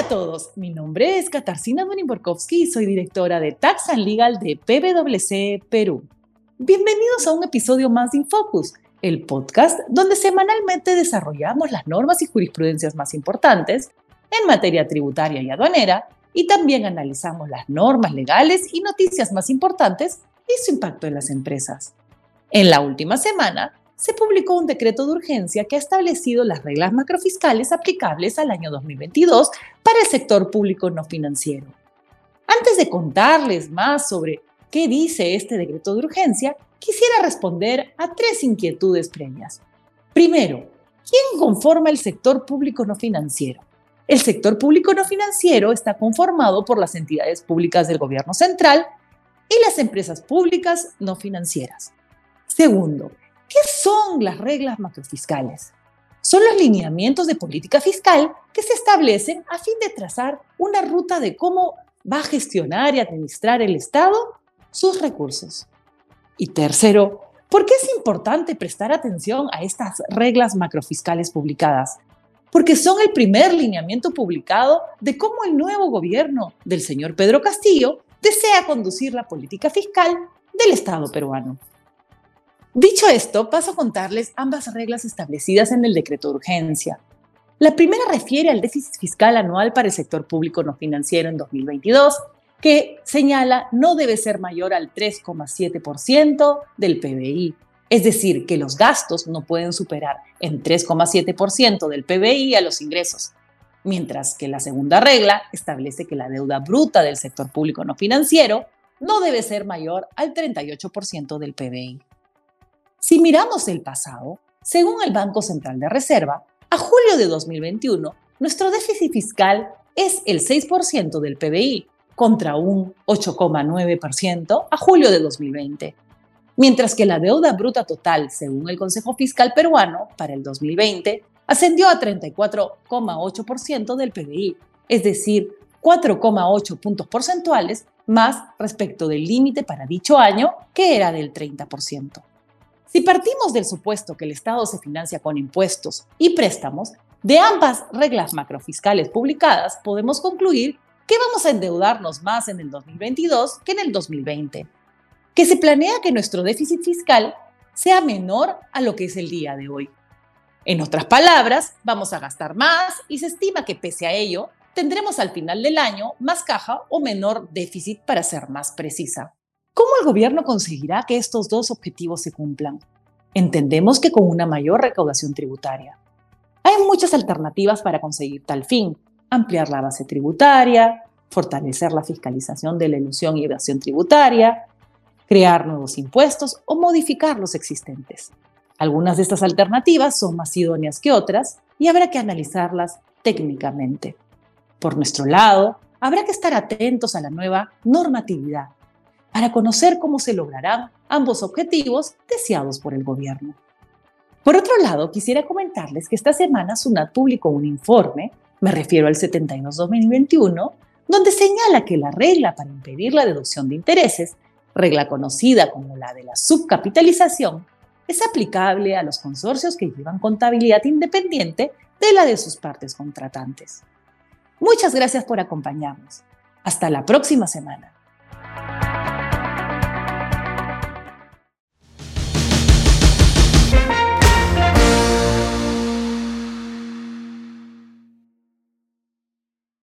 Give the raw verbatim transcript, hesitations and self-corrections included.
a todos, mi nombre es Katarzyna Dunin-Borkowski y soy directora de Tax and Legal de P W C Perú. Bienvenidos a un episodio más de InFocus, el podcast donde semanalmente desarrollamos las normas y jurisprudencias más importantes en materia tributaria y aduanera y también analizamos las normas legales y noticias más importantes y su impacto en las empresas. En la última semana, se publicó un decreto de urgencia que ha establecido las reglas macrofiscales aplicables al año dos mil veintidós para el sector público no financiero. Antes de contarles más sobre qué dice este decreto de urgencia, quisiera responder a tres inquietudes previas. Primero, ¿quién conforma el sector público no financiero? El sector público no financiero está conformado por las entidades públicas del gobierno central y las empresas públicas no financieras. Segundo, ¿qué son las reglas macrofiscales? Son los lineamientos de política fiscal que se establecen a fin de trazar una ruta de cómo va a gestionar y administrar el Estado sus recursos. Y tercero, ¿por qué es importante prestar atención a estas reglas macrofiscales publicadas? Porque son el primer lineamiento publicado de cómo el nuevo gobierno del señor Pedro Castillo desea conducir la política fiscal del Estado peruano. Dicho esto, paso a contarles ambas reglas establecidas en el decreto de urgencia. La primera refiere al déficit fiscal anual para el sector público no financiero en dos mil veintidós, que señala no debe ser mayor al tres coma siete por ciento del P B I. Es decir, que los gastos no pueden superar en tres coma siete por ciento del P B I a los ingresos. Mientras que la segunda regla establece que la deuda bruta del sector público no financiero no debe ser mayor al treinta y ocho por ciento del P B I. Si miramos el pasado, según el Banco Central de Reserva, a julio de dos mil veintiuno, nuestro déficit fiscal es el seis por ciento del P B I, contra un ocho coma nueve por ciento a julio de dos mil veinte. Mientras que la deuda bruta total, según el Consejo Fiscal Peruano, para el dos mil veinte, ascendió a treinta y cuatro coma ocho por ciento del P B I, es decir, cuatro coma ocho puntos porcentuales más respecto del límite para dicho año, que era del treinta por ciento. Si partimos del supuesto que el Estado se financia con impuestos y préstamos, de ambas reglas macrofiscales publicadas podemos concluir que vamos a endeudarnos más en el dos mil veintidós que en el dos mil veinte, que se planea que nuestro déficit fiscal sea menor a lo que es el día de hoy. En otras palabras, vamos a gastar más y se estima que pese a ello, tendremos al final del año más caja o menor déficit, para ser más precisa. ¿Cómo el gobierno conseguirá que estos dos objetivos se cumplan? Entendemos que con una mayor recaudación tributaria. Hay muchas alternativas para conseguir tal fin: ampliar la base tributaria, fortalecer la fiscalización de la elusión y evasión tributaria, crear nuevos impuestos o modificar los existentes. Algunas de estas alternativas son más idóneas que otras y habrá que analizarlas técnicamente. Por nuestro lado, habrá que estar atentos a la nueva normatividad para conocer cómo se lograrán ambos objetivos deseados por el gobierno. Por otro lado, quisiera comentarles que esta semana SUNAT publicó un informe, me refiero al setenta y dos guion dos mil veintiuno, donde señala que la regla para impedir la deducción de intereses, regla conocida como la de la subcapitalización, es aplicable a los consorcios que llevan contabilidad independiente de la de sus partes contratantes. Muchas gracias por acompañarnos. Hasta la próxima semana.